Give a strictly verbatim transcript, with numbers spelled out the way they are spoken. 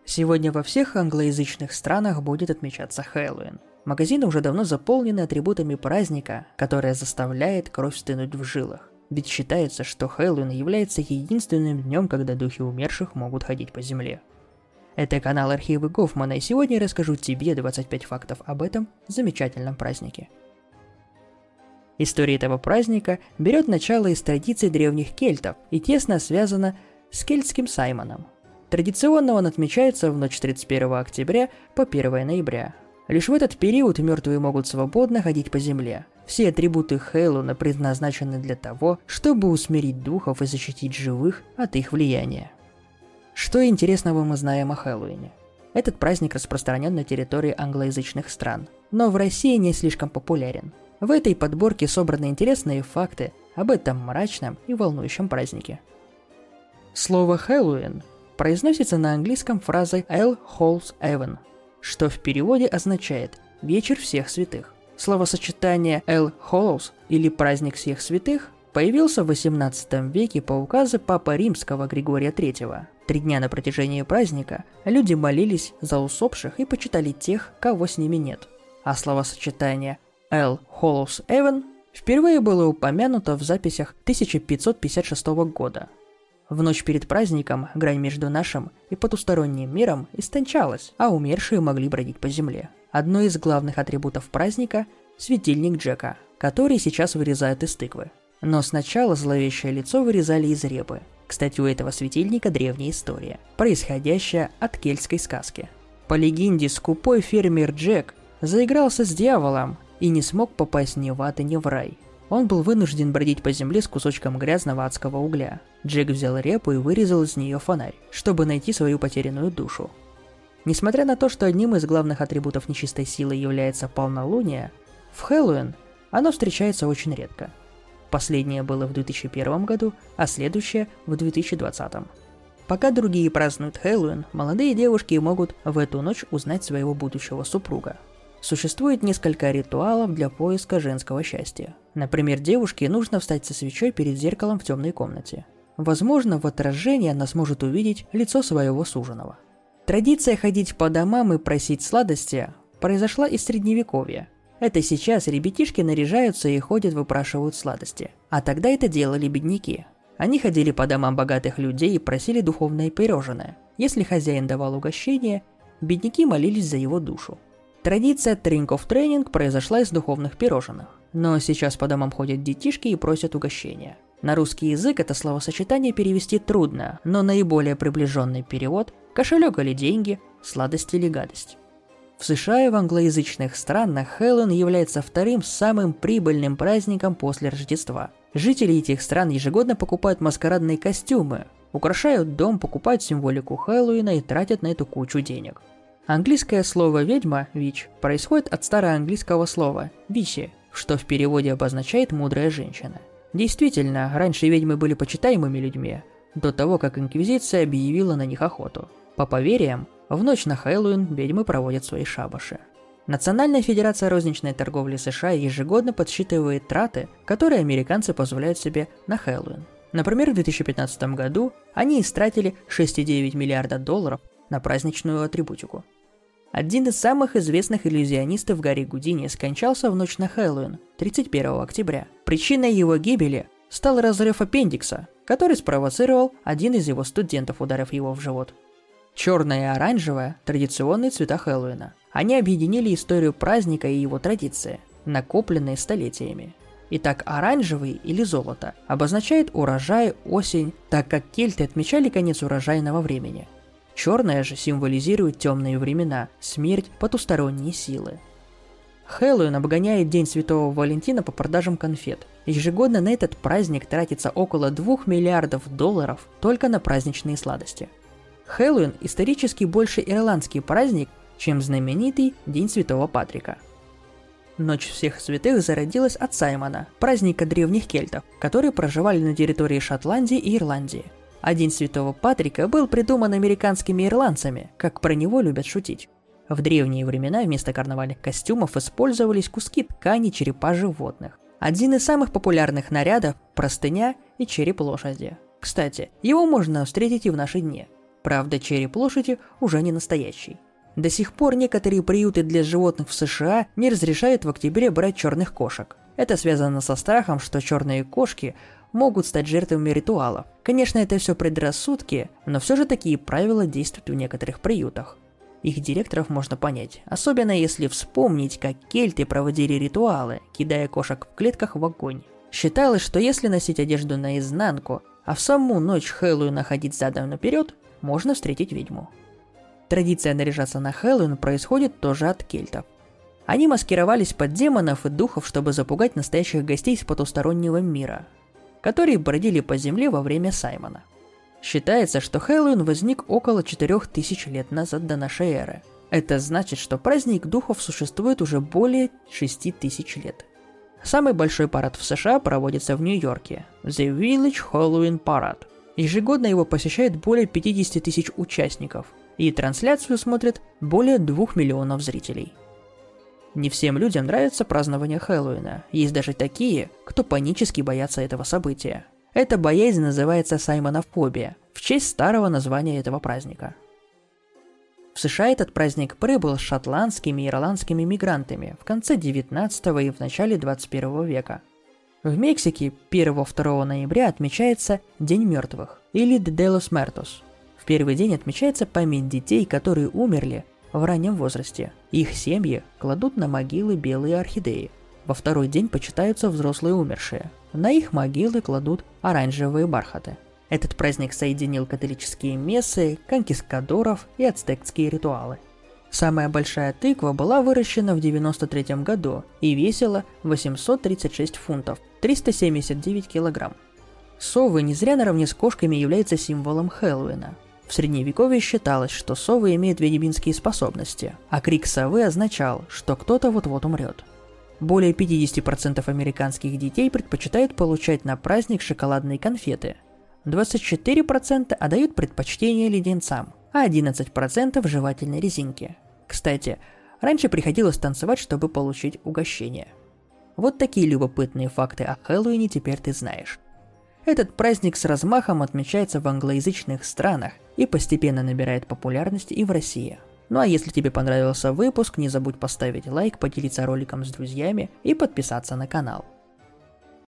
Сегодня во всех англоязычных странах будет отмечаться Хэллоуин. Магазины уже давно заполнены атрибутами праздника, которое заставляет кровь стынуть в жилах. Ведь считается, что Хэллоуин является единственным днем, когда духи умерших могут ходить по земле. Это канал Архивы Гофмана, и сегодня я расскажу тебе двадцать пять фактов об этом замечательном празднике. История этого праздника берет начало из традиций древних кельтов и тесно связана с кельтским Саймоном. Традиционно он отмечается в ночь с тридцать первого октября по первое ноября. Лишь в этот период мертвые могут свободно ходить по земле. Все атрибуты Хэллоуина предназначены для того, чтобы усмирить духов и защитить живых от их влияния. Что интересного мы знаем о Хэллоуине? Этот праздник распространен на территории англоязычных стран, но в России не слишком популярен. В этой подборке собраны интересные факты об этом мрачном и волнующем празднике. Слово «Хэллоуин» произносится на английском фразой «All Hallows Eve», что в переводе означает «Вечер всех святых». Словосочетание «All Hallows» или «Праздник всех святых» появился в восемнадцатом веке по указу Папы Римского Григория третьего. Три дня на протяжении праздника люди молились за усопших и почитали тех, кого с ними нет. А словосочетание «All Hallows Eve» впервые было упомянуто в записях тысяча пятьсот пятьдесят шестого года. В ночь перед праздником грань между нашим и потусторонним миром истончалась, а умершие могли бродить по земле. Одно из главных атрибутов праздника – светильник Джека, который сейчас вырезают из тыквы. Но сначала зловещее лицо вырезали из репы. Кстати, у этого светильника древняя история, происходящая от кельтской сказки. По легенде, скупой фермер Джек заигрался с дьяволом и не смог попасть ни в ад и ни в рай. Он был вынужден бродить по земле с кусочком грязного адского угля. Джек взял репу и вырезал из нее фонарь, чтобы найти свою потерянную душу. Несмотря на то, что одним из главных атрибутов нечистой силы является полнолуние, в Хэллоуин оно встречается очень редко. Последнее было в две тысячи первом году, а следующее в две тысячи двадцатом. Пока другие празднуют Хэллоуин, молодые девушки могут в эту ночь узнать своего будущего супруга. Существует несколько ритуалов для поиска женского счастья. Например, девушке нужно встать со свечой перед зеркалом в темной комнате. Возможно, в отражении она сможет увидеть лицо своего суженого. Традиция ходить по домам и просить сладости произошла из средневековья. Это сейчас ребятишки наряжаются и ходят выпрашивают сладости. А тогда это делали бедняки. Они ходили по домам богатых людей и просили духовное пирожное. Если хозяин давал угощение, бедняки молились за его душу. Традиция Trink of Training произошла из духовных пирожных, но сейчас по домам ходят детишки и просят угощения. На русский язык это словосочетание перевести трудно, но наиболее приближенный перевод – кошелек или деньги, сладость или гадость. В США и в англоязычных странах Хэллоуин является вторым самым прибыльным праздником после Рождества. Жители этих стран ежегодно покупают маскарадные костюмы, украшают дом, покупают символику Хэллоуина и тратят на эту кучу денег. Английское слово «ведьма» (witch) происходит от староанглийского слова «виси», что в переводе обозначает «мудрая женщина». Действительно, раньше ведьмы были почитаемыми людьми, до того, как Инквизиция объявила на них охоту. По поверьям, в ночь на Хэллоуин ведьмы проводят свои шабаши. Национальная федерация розничной торговли США ежегодно подсчитывает траты, которые американцы позволяют себе на Хэллоуин. Например, в две тысячи пятнадцатом году они истратили шесть целых девять десятых миллиарда долларов на праздничную атрибутику. Один из самых известных иллюзионистов Гарри Гудини скончался в ночь на Хэллоуин, тридцать первого октября. Причиной его гибели стал разрыв аппендикса, который спровоцировал один из его студентов, ударив его в живот. Черное и оранжевое – традиционные цвета Хэллоуина. Они объединили историю праздника и его традиции, накопленные столетиями. Итак, оранжевый или золото обозначает урожай, осень, так как кельты отмечали конец урожайного времени. Черное же символизирует темные времена, смерть, потусторонние силы. Хэллоуин обгоняет День Святого Валентина по продажам конфет. Ежегодно на этот праздник тратится около двух миллиардов долларов только на праздничные сладости. Хэллоуин исторически больше ирландский праздник, чем знаменитый День Святого Патрика. Ночь всех святых зародилась от Саймона, праздника древних кельтов, которые проживали на территории Шотландии и Ирландии. А День Святого Патрика был придуман американскими ирландцами, как про него любят шутить. В древние времена вместо карнавальных костюмов использовались куски ткани черепа животных. Один из самых популярных нарядов – простыня и череп лошади. Кстати, его можно встретить и в наши дни. Правда, череп лошади уже не настоящий. До сих пор некоторые приюты для животных в США не разрешают в октябре брать черных кошек. Это связано со страхом, что черные кошки могут стать жертвами ритуалов. Конечно, это все предрассудки, но все же такие правила действуют в некоторых приютах. Их директоров можно понять, особенно если вспомнить, как кельты проводили ритуалы, кидая кошек в клетках в огонь. Считалось, что если носить одежду наизнанку, а в саму ночь Хэллоуина ходить задом наперед, можно встретить ведьму. Традиция наряжаться на Хэллоуин происходит тоже от кельтов. Они маскировались под демонов и духов, чтобы запугать настоящих гостей из потустороннего мира, которые бродили по земле во время Саймона. Считается, что Хэллоуин возник около четырёх тысяч лет назад до нашей эры. Это значит, что праздник духов существует уже более шести тысяч лет. Самый большой парад в США проводится в Нью-Йорке – The Village Halloween Parade. Ежегодно его посещает более пятьдесят тысяч участников, и трансляцию смотрят более двух миллионов зрителей. Не всем людям нравится празднование Хэллоуина, есть даже такие, кто панически боятся этого события. Эта боязнь называется саймонофобия, в честь старого названия этого праздника. В США этот праздник прибыл с шотландскими и ирландскими мигрантами в конце девятнадцатого и в начале двадцать первого века. В Мексике первого-второго ноября отмечается День мертвых, или Día de los Muertos. В первый день отмечается память детей, которые умерли в раннем возрасте. Их семьи кладут на могилы белые орхидеи. Во второй день почитаются взрослые умершие. На их могилы кладут оранжевые бархаты. Этот праздник соединил католические мессы, конкискадоров и ацтекские ритуалы. Самая большая тыква была выращена в девяносто третьем году и весила восемьсот тридцать шесть фунтов, триста семьдесят девять килограмм. Совы не зря наравне с кошками являются символом Хэллоуина. В средневековье считалось, что совы имеют ведьминские способности, а крик совы означал, что кто-то вот-вот умрет. Более пятьдесят процентов американских детей предпочитают получать на праздник шоколадные конфеты. двадцать четыре процента отдают предпочтение леденцам, а одиннадцать процентов жевательной резинке. Кстати, раньше приходилось танцевать, чтобы получить угощение. Вот такие любопытные факты о Хэллоуине теперь ты знаешь. Этот праздник с размахом отмечается в англоязычных странах и постепенно набирает популярность и в России. Ну а если тебе понравился выпуск, не забудь поставить лайк, поделиться роликом с друзьями и подписаться на канал.